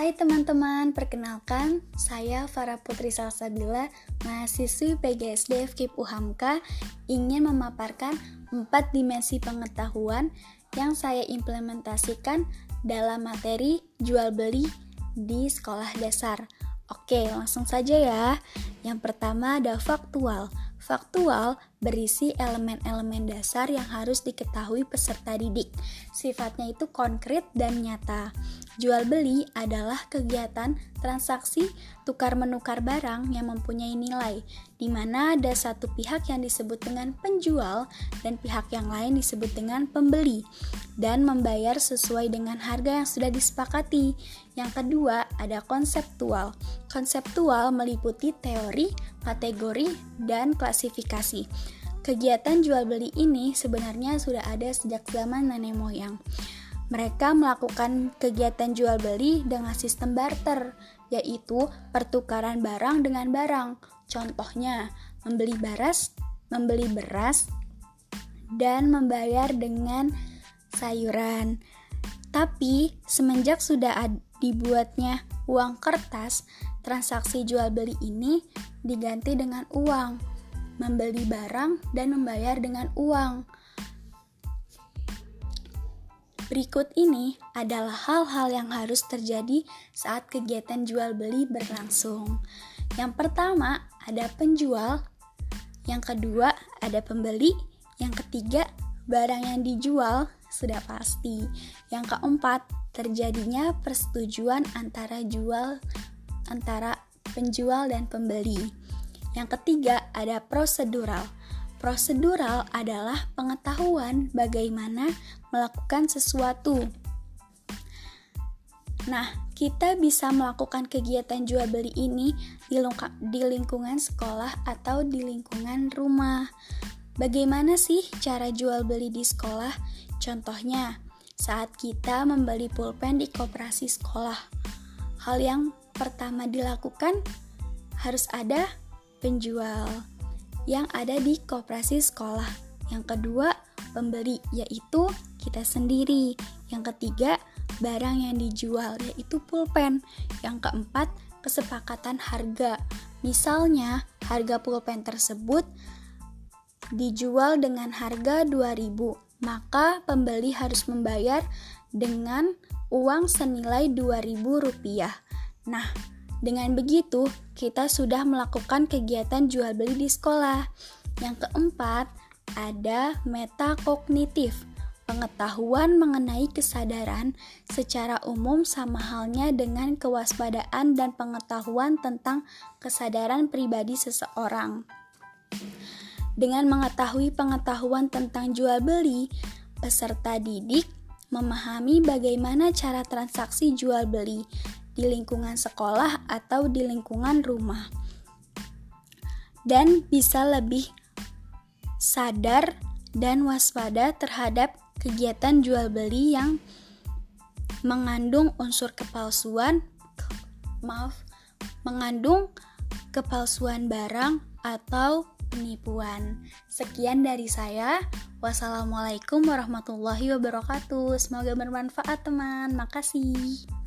Hai teman-teman, perkenalkan saya Farah Putri Salsabila, mahasiswi PGSD FKIP UHAMKA, ingin memaparkan 4 dimensi pengetahuan yang saya implementasikan dalam materi jual beli di sekolah dasar. Oke, langsung saja ya. Yang pertama ada faktual. Faktual berisi elemen-elemen dasar yang harus diketahui peserta didik. Sifatnya itu konkret dan nyata. Jual beli adalah kegiatan transaksi tukar-menukar barang yang mempunyai nilai, di mana ada satu pihak yang disebut dengan penjual dan pihak yang lain disebut dengan pembeli, dan membayar sesuai dengan harga yang sudah disepakati. Yang kedua, ada konseptual. Konseptual meliputi teori, kategori, dan klasifikasi. Kegiatan jual beli ini sebenarnya sudah ada sejak zaman nenek moyang. Mereka melakukan kegiatan jual beli dengan sistem barter, yaitu pertukaran barang dengan barang. Contohnya, membeli beras, dan membayar dengan sayuran. Tapi, semenjak sudah dibuatnya uang kertas, transaksi jual beli ini diganti dengan uang, membeli barang dan membayar dengan uang. Berikut ini adalah hal-hal yang harus terjadi saat kegiatan jual beli berlangsung. Yang pertama, ada penjual. Yang kedua, ada pembeli. Yang ketiga, barang yang dijual sudah pasti. Yang keempat, terjadinya persetujuan antara penjual dan pembeli. Yang ketiga, ada prosedural. Prosedural adalah pengetahuan bagaimana melakukan sesuatu. Nah, kita bisa melakukan kegiatan jual beli ini di lingkungan sekolah atau di lingkungan rumah. Bagaimana sih cara jual beli di sekolah? Contohnya, saat kita membeli pulpen di koperasi sekolah. Hal yang pertama dilakukan harus ada penjual yang ada di koperasi sekolah. Yang kedua, pembeli, yaitu kita sendiri. Yang ketiga, barang yang dijual, yaitu pulpen. Yang keempat, kesepakatan harga. Misalnya, harga pulpen tersebut dijual dengan harga 2.000, maka pembeli harus membayar dengan uang senilai Rp2.000. Nah, dengan begitu, kita sudah melakukan kegiatan jual beli di sekolah. Yang keempat, ada metakognitif. Pengetahuan mengenai kesadaran secara umum sama halnya dengan kewaspadaan dan pengetahuan tentang kesadaran pribadi seseorang. Dengan mengetahui pengetahuan tentang jual beli, peserta didik memahami bagaimana cara transaksi jual beli di lingkungan sekolah atau di lingkungan rumah, dan bisa lebih sadar dan waspada terhadap kegiatan jual beli yang mengandung unsur mengandung kepalsuan barang atau penipuan. Sekian dari saya. Wassalamualaikum warahmatullahi wabarakatuh. Semoga bermanfaat teman. Makasih.